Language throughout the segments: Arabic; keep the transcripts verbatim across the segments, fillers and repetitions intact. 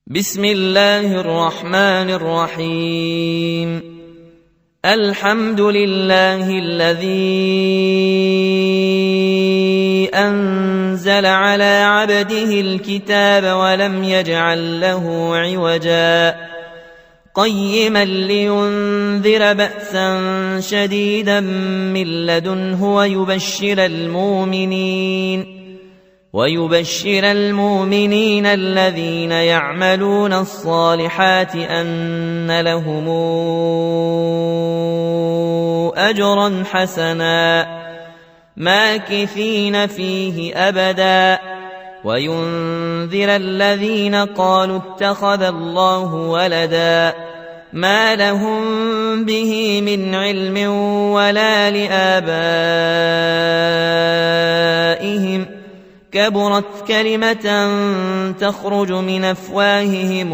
بسم الله الرحمن الرحيم. الحمد لله الذي أنزل على عبده الكتاب ولم يجعل له عوجا قيما لينذر بأسا شديدا من لدنه ويبشر المؤمنين ويبشر المؤمنين الذين يعملون الصالحات أن لهم أجرا حسنا ماكثين فيه أبدا وينذر الذين قالوا اتخذ الله ولدا ما لهم به من علم ولا لآبائهم كبرت كلمة تخرج من أفواههم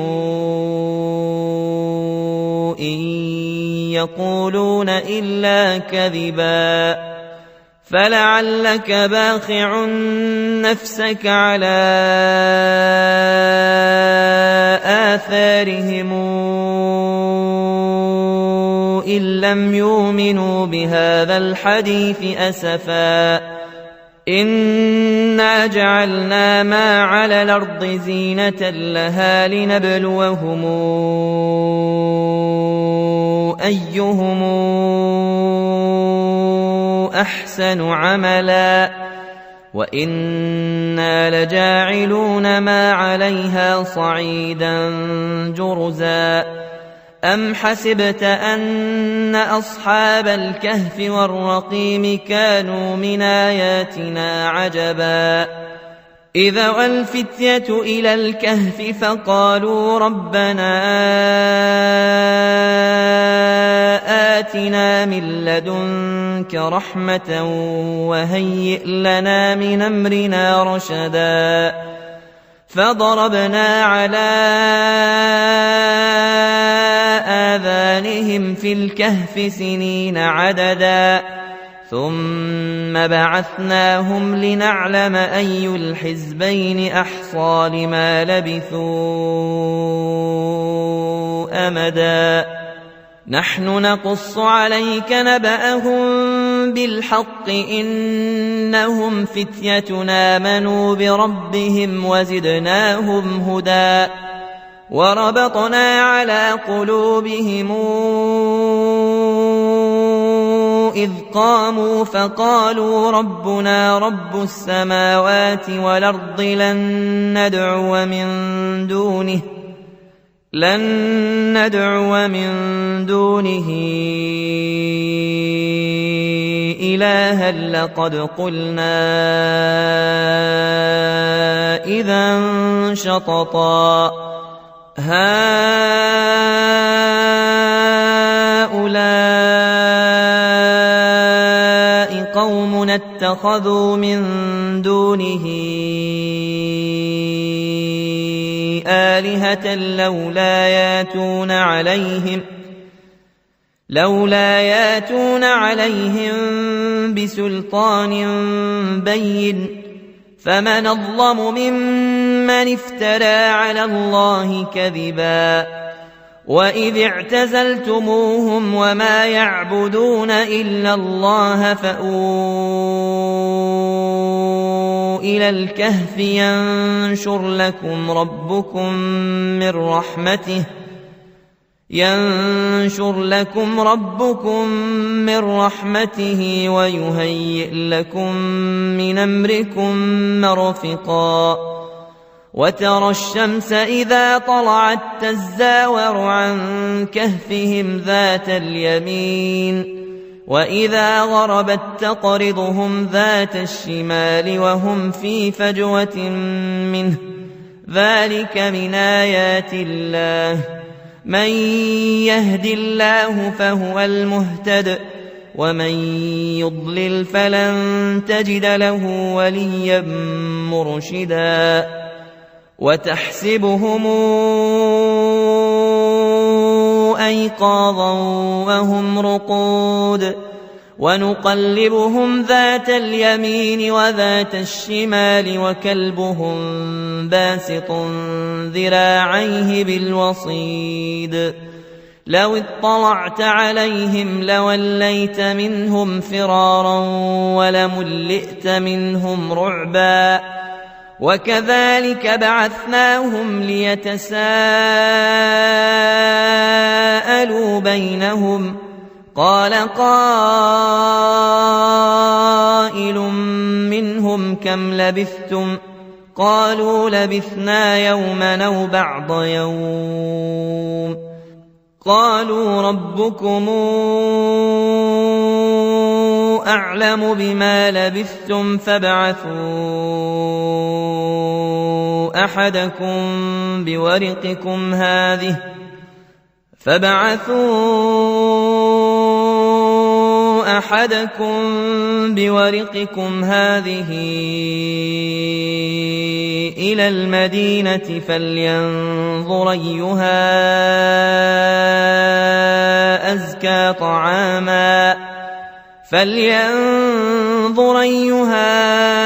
إن يقولون إلا كذبا فلعلك باخع نفسك على آثارهم إن لم يؤمنوا بهذا الحديث أسفا إنا جعلنا ما على الأرض زينة لها لنبلوهم أيهم أحسن عملا وإنا لجاعلون ما عليها صعيدا جرزا أم حسبت أن أصحاب الكهف والرقيم كانوا من آياتنا عجبا إذا والفتية إلى الكهف فقالوا ربنا آتنا من لدنك رحمة وهيئ لنا من أمرنا رشدا فضربنا على آذانهم في الكهف سنين عددا ثم بعثناهم لنعلم أي الحزبين أحصى لما لبثوا أمدا نحن نقص عليك نبأهم بالحق إنهم فتية آمنوا بربهم وزدناهم هدى وربطنا على قلوبهم إذ قاموا فقالوا ربنا رب السماوات والأرض لن ندعو من دونه لن ندعو من دونه إلها لقد قلنا إذا شططا هؤلاء قوم اتخذوا من دونه آلهة لولا ياتون عليهم لولا ياتون عليهم بسلطان بين فمن أظلم ممن افترى على الله كذبا وإذ اعتزلتموهم وما يعبدون إلا الله فأووا إلى الكهف ينشر لكم ربكم من رحمته ينشر لكم ربكم من رحمته ويهيئ لكم من أمركم مرفقا وترى الشمس إذا طلعت تزاور عن كهفهم ذات اليمين وإذا غربت تقرضهم ذات الشمال وهم في فجوة منه ذلك من آيات الله من يهد الله فهو المهتد ومن يضلل فلن تجد له وليا مرشدا وتحسبهم أيقاظا وهم رقود ونقلبهم ذات اليمين وذات الشمال وكلبهم باسط ذراعيه بالوصيد لو اطلعت عليهم لوليت منهم فرارا ولملئت منهم رعبا وكذلك بعثناهم ليتساءلوا بينهم قال قائل منهم كم لبثتم قالوا لبثنا يوما أو بعض يوم قالوا ربكم أعلم بما لبثتم فابعثوا أحدكم بورقكم هذه فابعثوا أحدكم بورقكم هذه إلى المدينة فلينظر أيها أزكى طعاما فلينظر أيها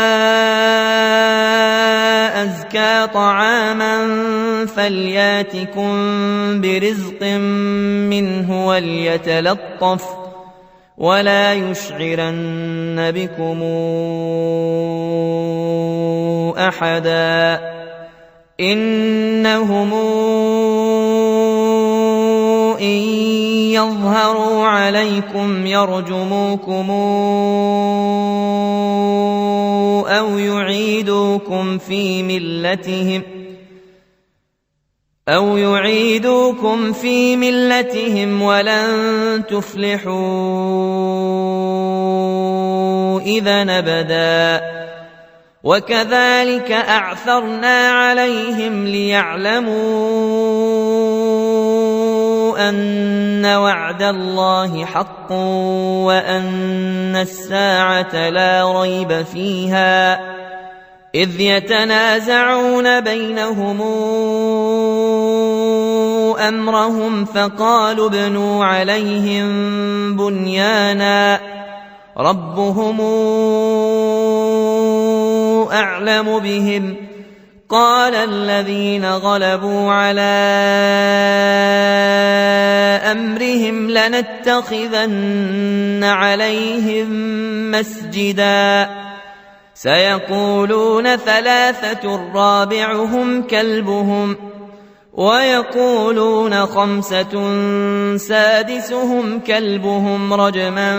أزكى طعاما فلياتكم برزق منه وليتلطف ولا يشعرن بكم أحدا إنهم إن يظهروا عليكم يرجموكم أو يعيدوكم في ملتهم أو يعيدوكم في ملتهم ولن تفلحوا إذا أبدا وكذلك أعثرنا عليهم ليعلموا أن وعد الله حق وأن الساعة لا ريب فيها إذ يتنازعون بينهم أمرهم فقالوا ابنوا عليهم بنيانا ربهم أعلم بهم قال الذين غلبوا على أمرهم لنتخذن عليهم مسجدا سيقولون ثلاثة رابعهم كلبهم ويقولون خمسة سادسهم كلبهم رجما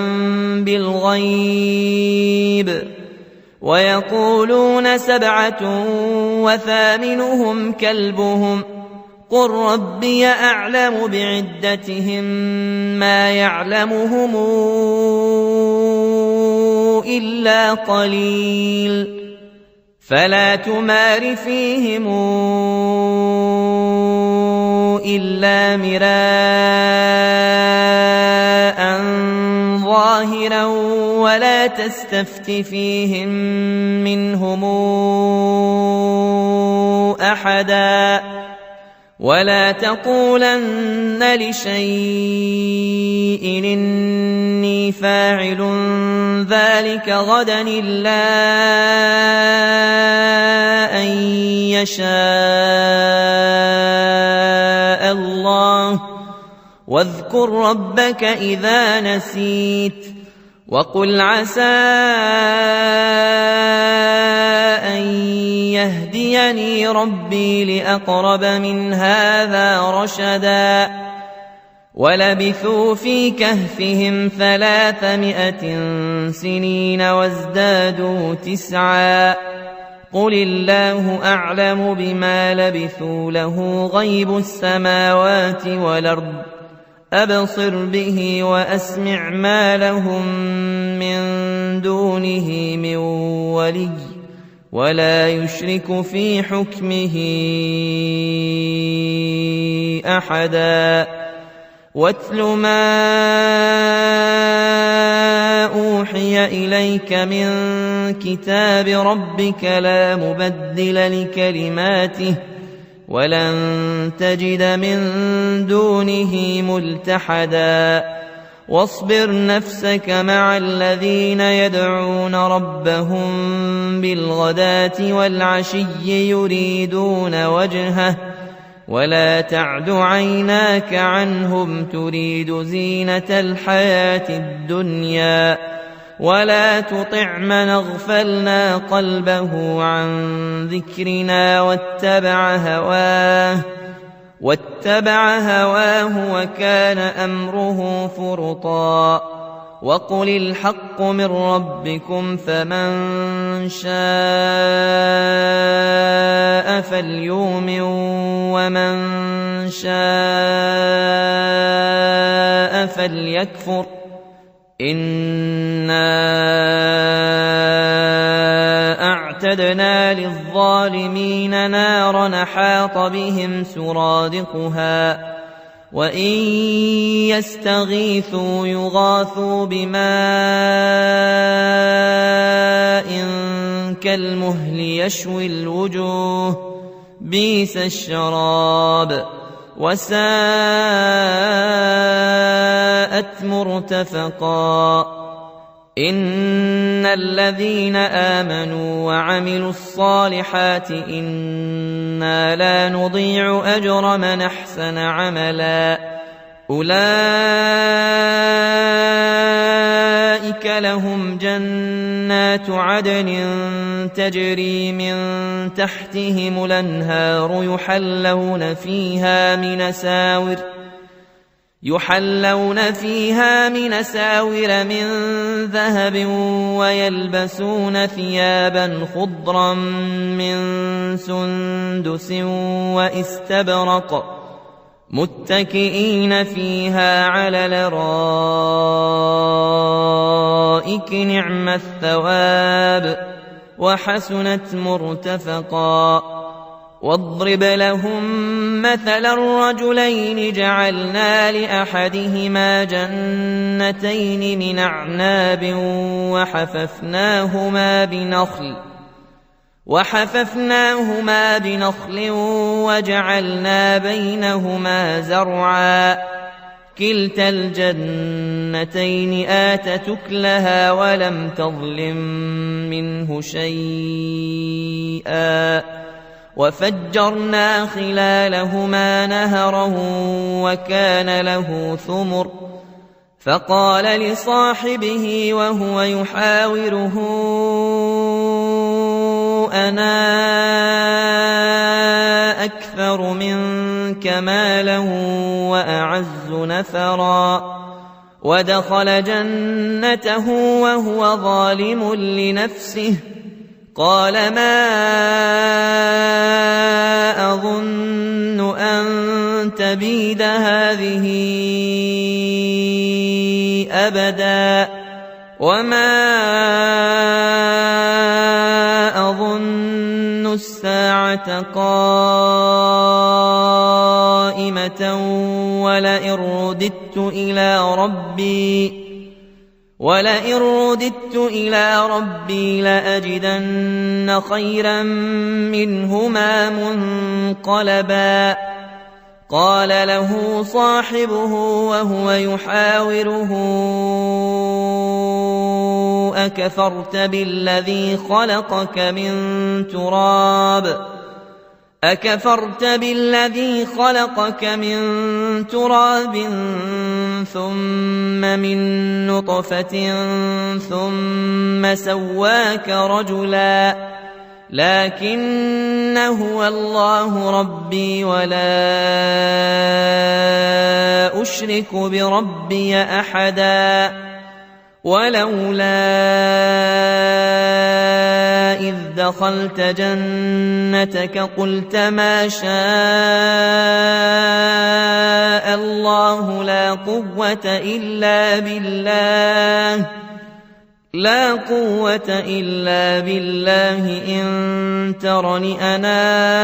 بالغيب ويقولون سبعة وثامنهم كلبهم قل ربي أعلم بعدتهم ما يعلمهم إلا قليل فلا تمار فيهم إلا مراء ظاهرا ولا تستفت فيهم منهم أحدا ولا تقولن لشيء إني فاعل ذلك غدا إلا أن يشاء الله واذكر ربك إذا نسيت وقل عسى أن يهديني ربي لأقرب من هذا رشدا ولبثوا في كهفهم ثلاثمائة سنين وازدادوا تسعا قل الله أعلم بما لبثوا له غيب السماوات والأرض أبصر به وأسمع ما لهم من دونه من ولي ولا يشرك في حكمه أحدا واتل ما أوحي إليك من كتاب ربك لا مبدل لكلماته ولن تجد من دونه ملتحدا واصبر نفسك مع الذين يدعون ربهم بالغداة والعشي يريدون وجهه ولا تعد عيناك عنهم تريد زينة الحياة الدنيا ولا تطع من اغفلنا قلبه عن ذكرنا واتبع هواه واتبع هواه وكان أمره فرطا وقل الحق من ربكم فمن شاء فليؤمن ومن شاء فليكفر إنا أعتدنا للظالمين نارا أحاط بهم سرادقها وإن يستغيثوا يغاثوا بماء كالمهل يشوي الوجوه بئس الشراب وساءت مرتفقا إن الذين آمنوا وعملوا الصالحات إنا لا نضيع أجر من أحسن عملا أولئك لهم جنات عدن تجري من تحتهم الأنهار يحلون فيها من ساور يحلون فيها من ساور من ذهب ويلبسون ثيابا خضرا من سندس واستبرق متكئين فيها على الأرائك نعم الثواب وحسنت مرتفقا واضرب لهم مثل الرجلين جعلنا لأحدهما جنتين من أعناب وحففناهما بنخل وحففناهما بنخل وجعلنا بينهما زرعا كلتا الجنتين آتت أكلها ولم تظلم منه شيئا وفجرنا خلالهما نهرا وكان له ثمر فقال لصاحبه وهو يحاوره أنا أكثر منك مالا وأعز نفرا ودخل جنته وهو ظالم لنفسه قال ما أظن أن تبيد هذه أبدا وما أظن الساعة قائمة ولئن رددت إلى ربي ولئن رددت إلى ربي لأجدن خيرا منهما منقلبا قال له صاحبه وهو يحاوره أكفرت بالذي خلقك من تراب أكفرت بالذي خلقك من تراب ثم من نطفة ثم سواك رجلا لكن هو الله ربي ولا أشرك بربي أحدا ولولا إذ دخلت جنتك قلت ما شاء الله لا قوة إلا بالله لا قوة إلا بالله إن ترني أنا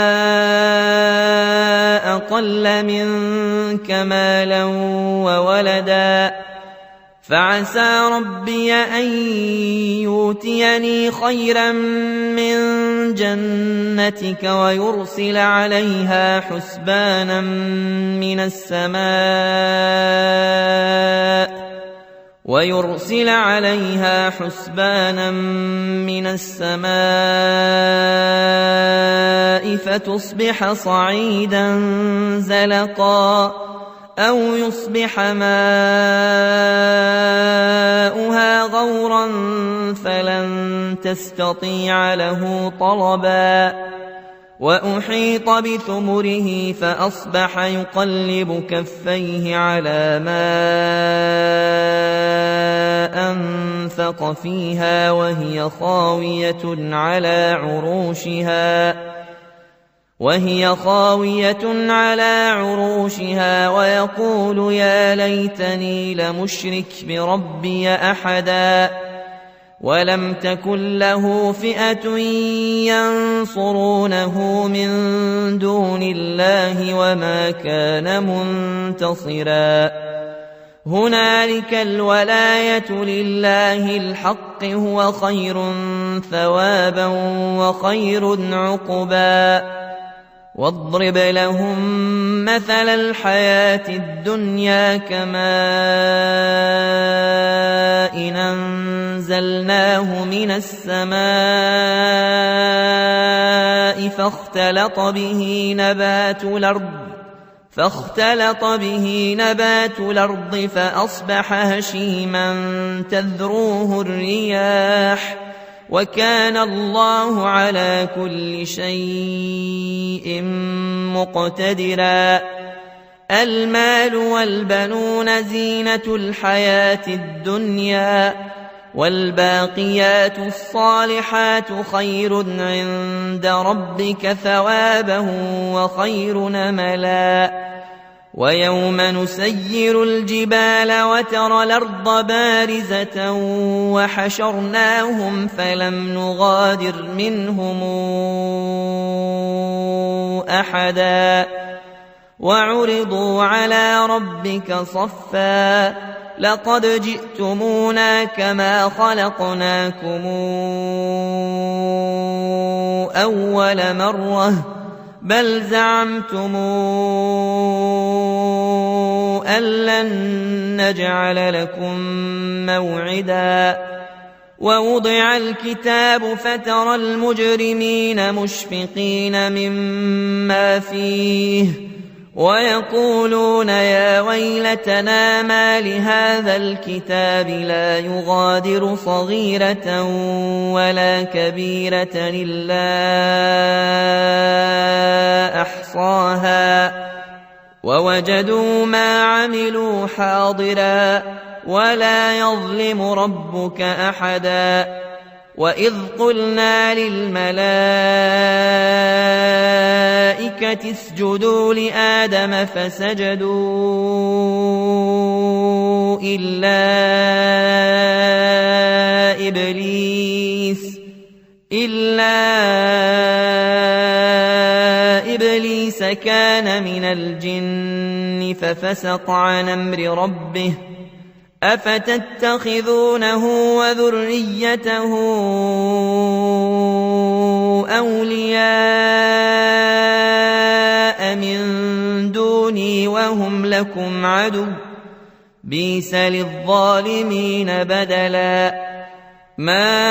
أقل منك مالا وولدا فعسى ربي أن يؤتيني خيرا من جنتك ويرسل عليها حسبانا من السماء ويرسل عليها حسبانا من السماء فتصبح صعيدا زلقا أو يصبح ماؤها غورا فلن تستطيع له طلبا وأحيط بثمره فأصبح يقلب كفيه على ما أنفق فيها وهي خاوية على عروشها وهي خاوية على عروشها ويقول يا ليتني لمشرك بربي أحدا ولم تكن له فئة ينصرونه من دون الله وما كان منتصرا هنالك الولاية لله الحق هو خير ثوابا وخير عقبا واضرب لهم مثل الحياة الدنيا كماء إن أنزلناه من السماء فاختلط به نبات الأرض فاختلط به نبات الأرض فأصبح هشيما تذروه الرياح وكان الله على كل شيء مقتدرا المال والبنون زينة الحياة الدنيا والباقيات الصالحات خير عند ربك ثوابا وخير نملا ويوم نسير الجبال وترى الأرض بارزة وحشرناهم فلم نغادر منهم أحدا وعرضوا على ربك صفا لقد جئتمونا كما خلقناكم أول مرة بل زعمتم أن لن نجعل لكم موعدا ووضع الكتاب فترى المجرمين مشفقين مما فيه ويقولون يا ويلتنا ما لهذا الكتاب لا يغادر صغيرة ولا كبيرة إلا أحصاها ووجدوا ما عملوا حاضرا ولا يظلم ربك أحدا وإذ قلنا للملائكة اسجدوا لآدم فسجدوا إلا إبليس إلا إبليس كان من الجن ففسق عن أمر ربه أفتتخذونه وذريته أولياء من دوني وهم لكم عدو بئس للظالمين بدلا ما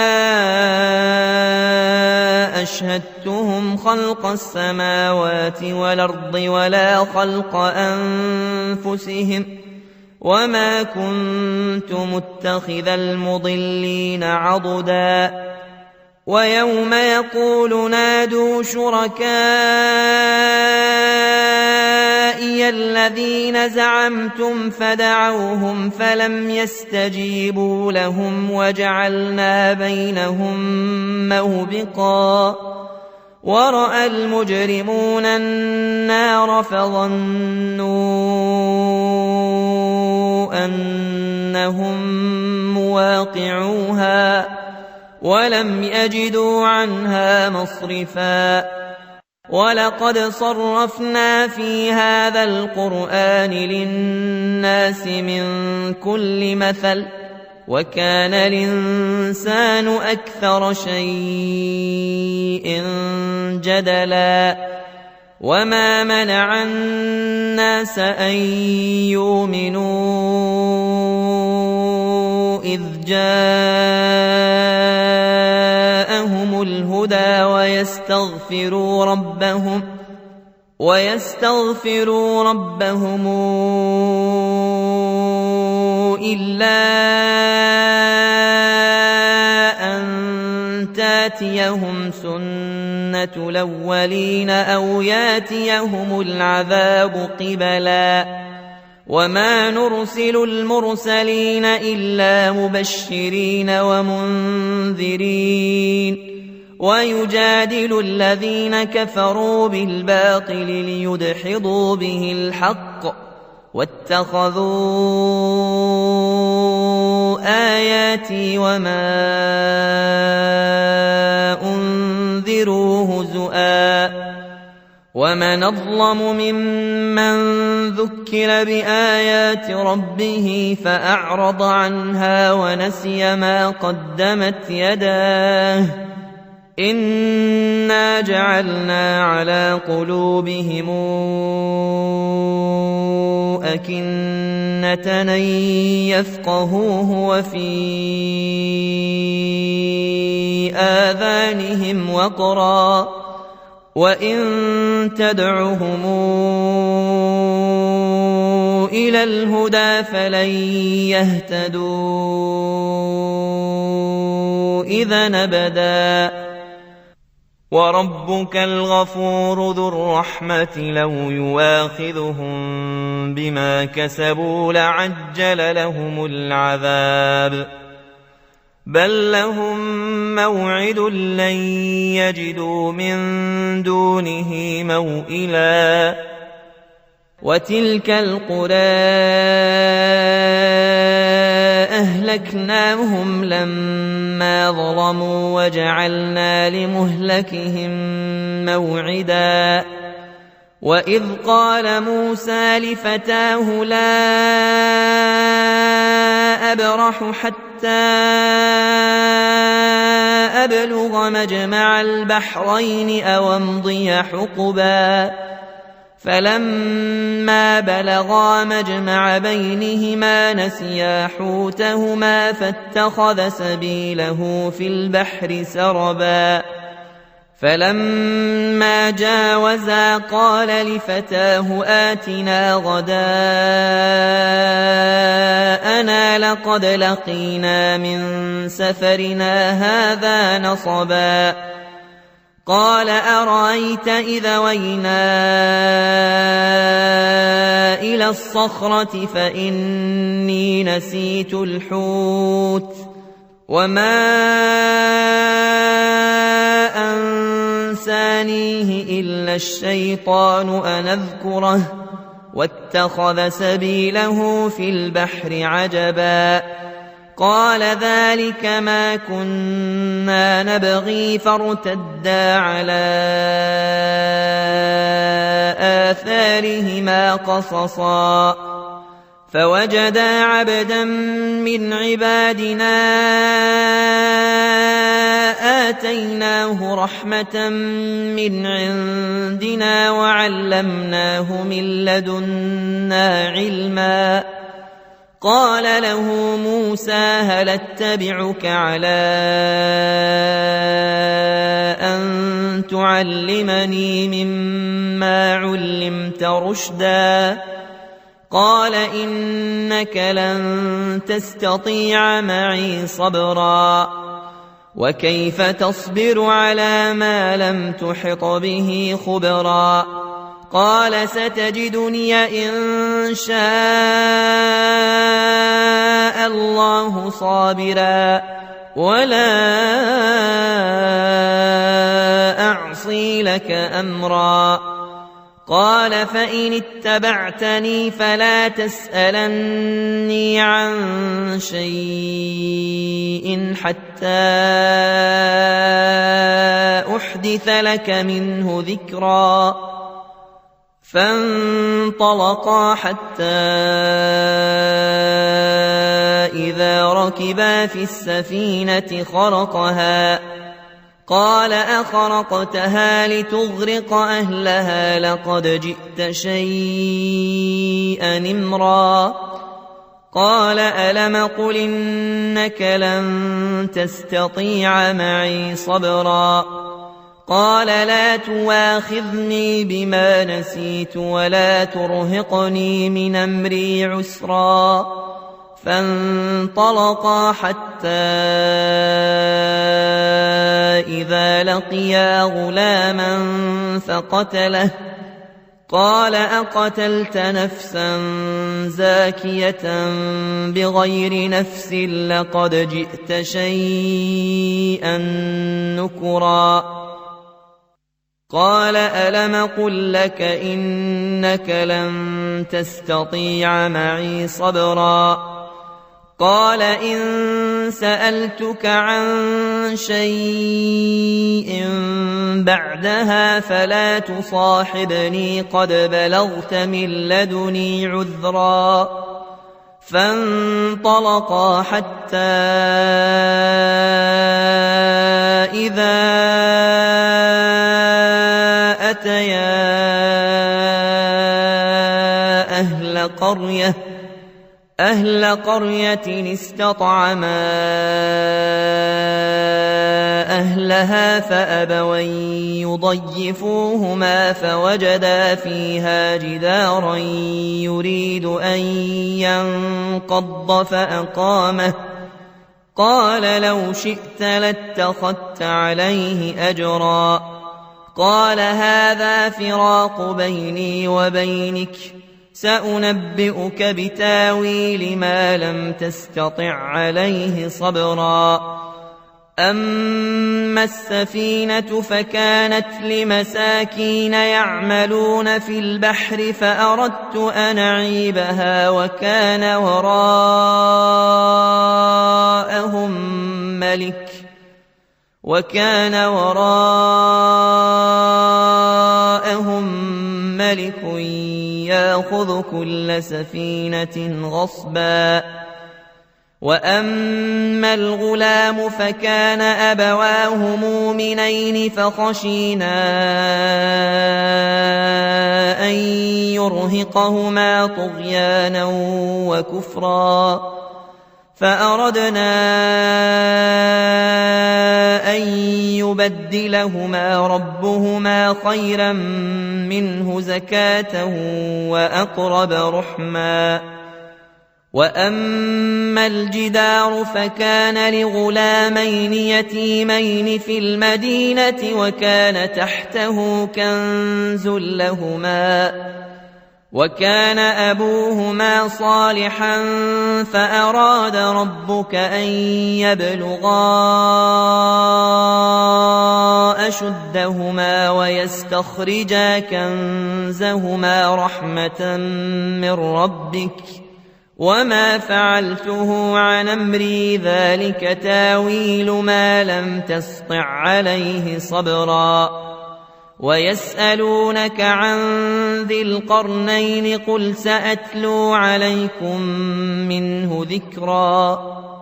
أشهدتهم خلق السماوات والأرض ولا خلق أنفسهم وما كنت متخذ المضلين عضدا ويوم يقول نادوا شركائي الذين زعمتم فدعوهم فلم يستجيبوا لهم وجعلنا بينهم موبقا ورأى المجرمون النار فظنوا أنهم مواقعوها ولم يجدوا عنها مصرفا ولقد صرفنا في هذا القرآن للناس من كل مثل وكان الإنسان أكثر شيء جدلا وما منع الناس أن يؤمنوا إذ جاءهم الهدى ويستغفروا ربهم ويستغفروا ربهم إلا أن تاتيهم سنة الأولين أو ياتيهم العذاب قبلا وما نرسل المرسلين إلا مبشرين ومنذرين ويجادل الذين كفروا بالباطل ليدحضوا به الحق واتخذوا آياتي وما أنذروا هزؤا ومن أظلم ممن ذكر بآيات ربه فأعرض عنها ونسي ما قدمت يداه إنا جعلنا على قلوبهم أكنة أن يفقهوه وفي آذانهم وقرا وإن تدعهم إلى الهدى فلن يهتدوا إذا أبدا وربك الغفور ذو الرحمة لو يواخذهم بما كسبوا لعجل لهم العذاب بل لهم موعد لن يجدوا من دونه موئلا وتلك القرى أهلكناهم لما ظلموا وجعلنا لمهلكهم موعدا وإذ قال موسى لفتاه لا أبرح حتى أبلغ مجمع البحرين أو أمضي حقبا فلما بلغا مجمع بينهما نسيا حوتهما فاتخذ سبيله في البحر سربا فلما جاوزا قال لفتاه آتنا غداءنا لقد لقينا من سفرنا هذا نصبا قال أرأيت إذا وينا إلى الصخرة فإني نسيت الحوت وما أنسانيه إلا الشيطان أن أذكره واتخذ سبيله في البحر عجبا قال ذلك ما كنا نبغي فارتدا على آثارهما قصصا فوجدا عبدا من عبادنا آتيناه رحمة من عندنا وعلمناه من لدنا علما قال له موسى هل اتبعك على أن تعلمني مما علمت رشدا قال إنك لن تستطيع معي صبرا وكيف تصبر على ما لم تحط به خبرا قال ستجدني إن شاء الله صابرا ولا أعصي لك أمرا قال فإن اتبعتني فلا تسألني عن شيء حتى أحدث لك منه ذكرا فانطلقا حتى إذا ركبا في السفينة خرقها قال أخرقتها لتغرق أهلها لقد جئت شيئا إمرا قال ألم قل إنك لن تستطيع معي صبرا قال لا تواخذني بما نسيت ولا ترهقني من أمري عسرا فانطلقا حتى إذا لقيا غلاما فقتله قال أقتلت نفسا زاكية بغير نفس لقد جئت شيئا نكرا قال ألم قل لك إنك لن تستطيع معي صبرا قال إن سألتك عن شيء بعدها فلا تصاحبني قد بلغت من لدني عذرا فانطلقا حتى إذا أتيا أهل قرية أهل قرية استطعما أهلها فأبوا يضيفوهما فوجدا فيها جدارا يريد أن ينقض فأقامه قال لو شئت لاتخذت عليه أجرا قال هذا فراق بيني وبينك سأنبئك بتاويل ما لم تستطع عليه صبرا أما السفينة فكانت لمساكين يعملون في البحر فأردت أن أعيبها وكان وراءهم ملك وكان وراءهم ملك يأخذ كل سفينة غصبا وأما الغلام فكان أبواه مؤمنين فخشينا أن يرهقهما طغيانا وكفرا فأردنا أن يبدلهما ربهما خيرا منه زكاة وأقرب رحما وأما الجدار فكان لغلامين يتيمين في المدينة وكان تحته كنز لهما وكان أبوهما صالحا فأراد ربك أن يبلغا أشدهما ويستخرجا كنزهما رحمة من ربك وما فعلته عن أمري ذلك تاويل ما لم تسطع عليه صبرا ويسألونك عن ذي القرنين قل سأتلو عليكم منه ذكرا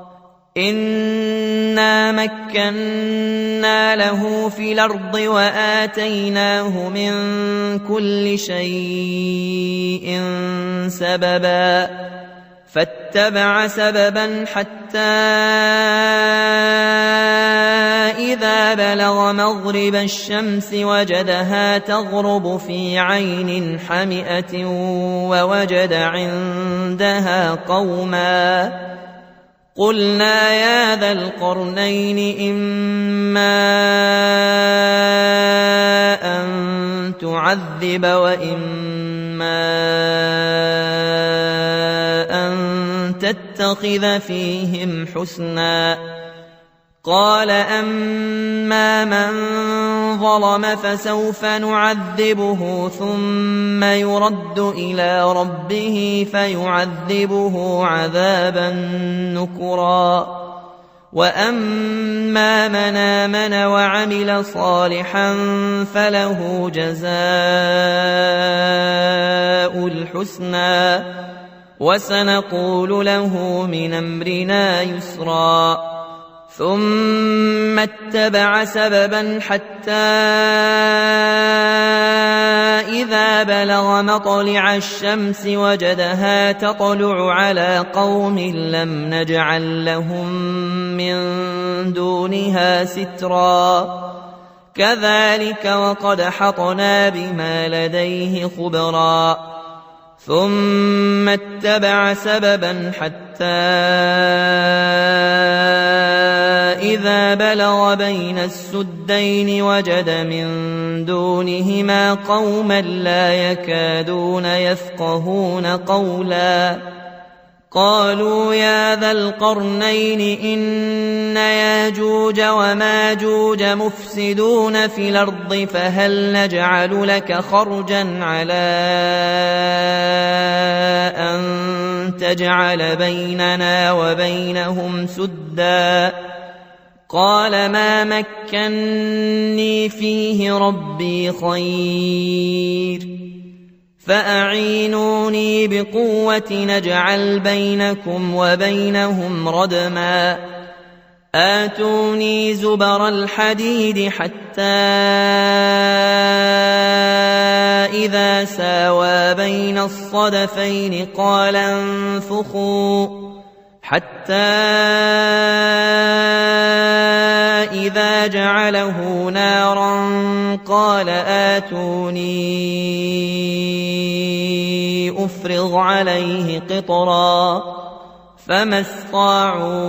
إنا مكنا له في الأرض وآتيناه من كل شيء سببا فاتبع سببا حتى إذا بلغ مغرب الشمس وجدها تغرب في عين حمئة ووجد عندها قوما قلنا يا ذا القرنين إما أن تعذب وإما أن تتخذ فيهم حسنا قال أما من ظلم فسوف نعذبه ثم يرد إلى ربه فيعذبه عذابا نكرا وأما من آمن وعمل صالحا فله جزاء الحسنى وسنقول له من أمرنا يسرا ثم اتبع سببا حتى إذا بلغ مطلع الشمس وجدها تطلع على قوم لم نجعل لهم من دونها سترا كذلك وقد حطنا بما لديه خبرا ثم اتبع سببا حتى إذا بلغ بين السدين وجد من دونهما قوما لا يكادون يفقهون قولا قالوا يا ذا القرنين إن ياجوج وماجوج مفسدون في الأرض فهل نجعل لك خرجا على أن تجعل بيننا وبينهم سدا قال ما مكني فيه ربي خير فأعينوني بقوة نجعل بينكم وبينهم ردما آتوني زبر الحديد حتى إذا ساوى بين الصدفين قال انفخوا حتى إذا جعله نارا قال آتوني أفرغ عليه قطرا فما استطاعوا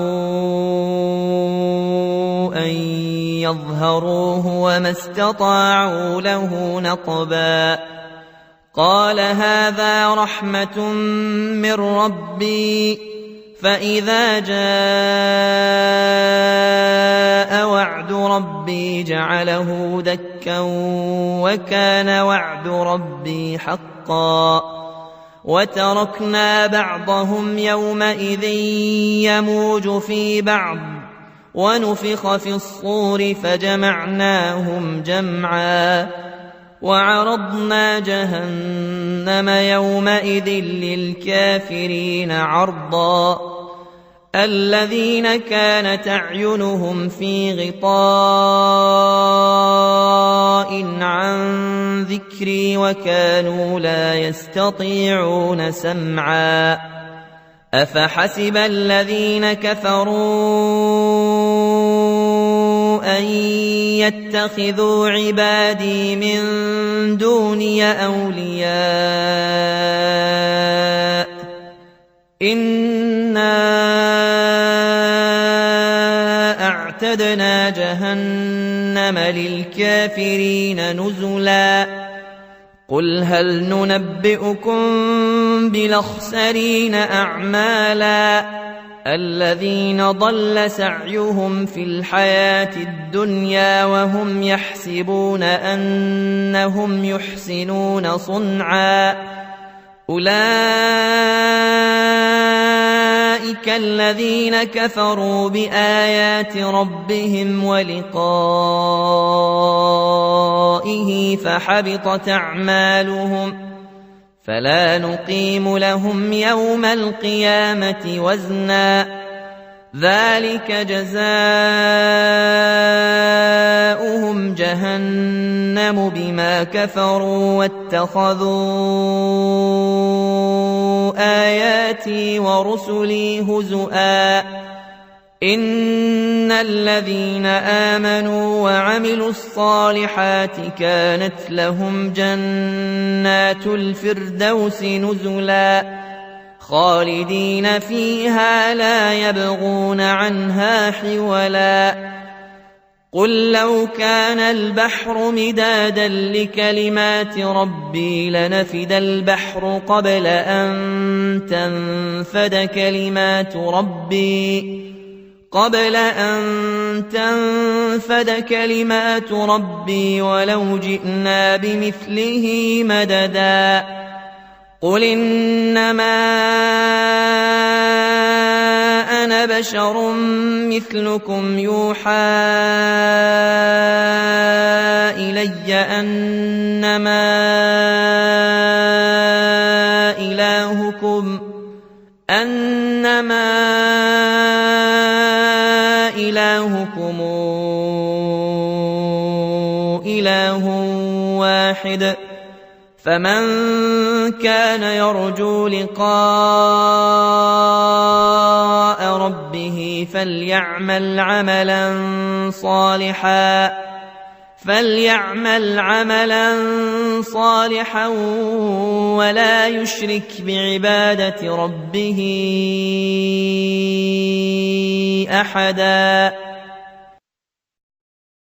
أن يظهروه وما استطاعوا له نقبا قال هذا رحمة من ربي فإذا جاء وعد ربي جعله دكا وكان وعد ربي حقا وتركنا بعضهم يومئذ يموج في بعض ونفخ في الصور فجمعناهم جمعا وعرضنا جهنم يومئذ للكافرين عرضا الذين كانت أعينهم في غطاء عن ذكري وكانوا لا يستطيعون سمعا أفحسب الذين كفروا أن يتخذوا عبادي من دوني أولياء إنا أعتدنا جهنم للكافرين نزلا قل هل ننبئكم بالأخسرين أعمالا الذين ضل سعيهم في الحياة الدنيا وهم يحسبون أنهم يحسنون صنعا أولئك الذين كفروا بآيات ربهم ولقائه فحبطت أعمالهم فلا نقيم لهم يوم القيامة وزنا ذلك جزاؤهم جهنم بما كفروا واتخذوا آياتي ورسلي هزؤا إن الذين آمنوا وعملوا الصالحات كانت لهم جنات الفردوس نزلا خالدين فيها لا يبغون عنها حولا قل لو كان البحر مدادا لكلمات ربي لنفد البحر قبل أن تنفد كلمات ربي قبل أن تنفد كلمات ربي ولو جئنا بمثله مددا قل إنما أنا بشر مثلكم يوحى إلي أنما إلهكم أنما إلهكم إلهكم إله واحد فمن كان يرجو لقاء ربه فليعمل عملا صالحا فليعمل عملا صالحا ولا يشرك بعبادة ربه أحدا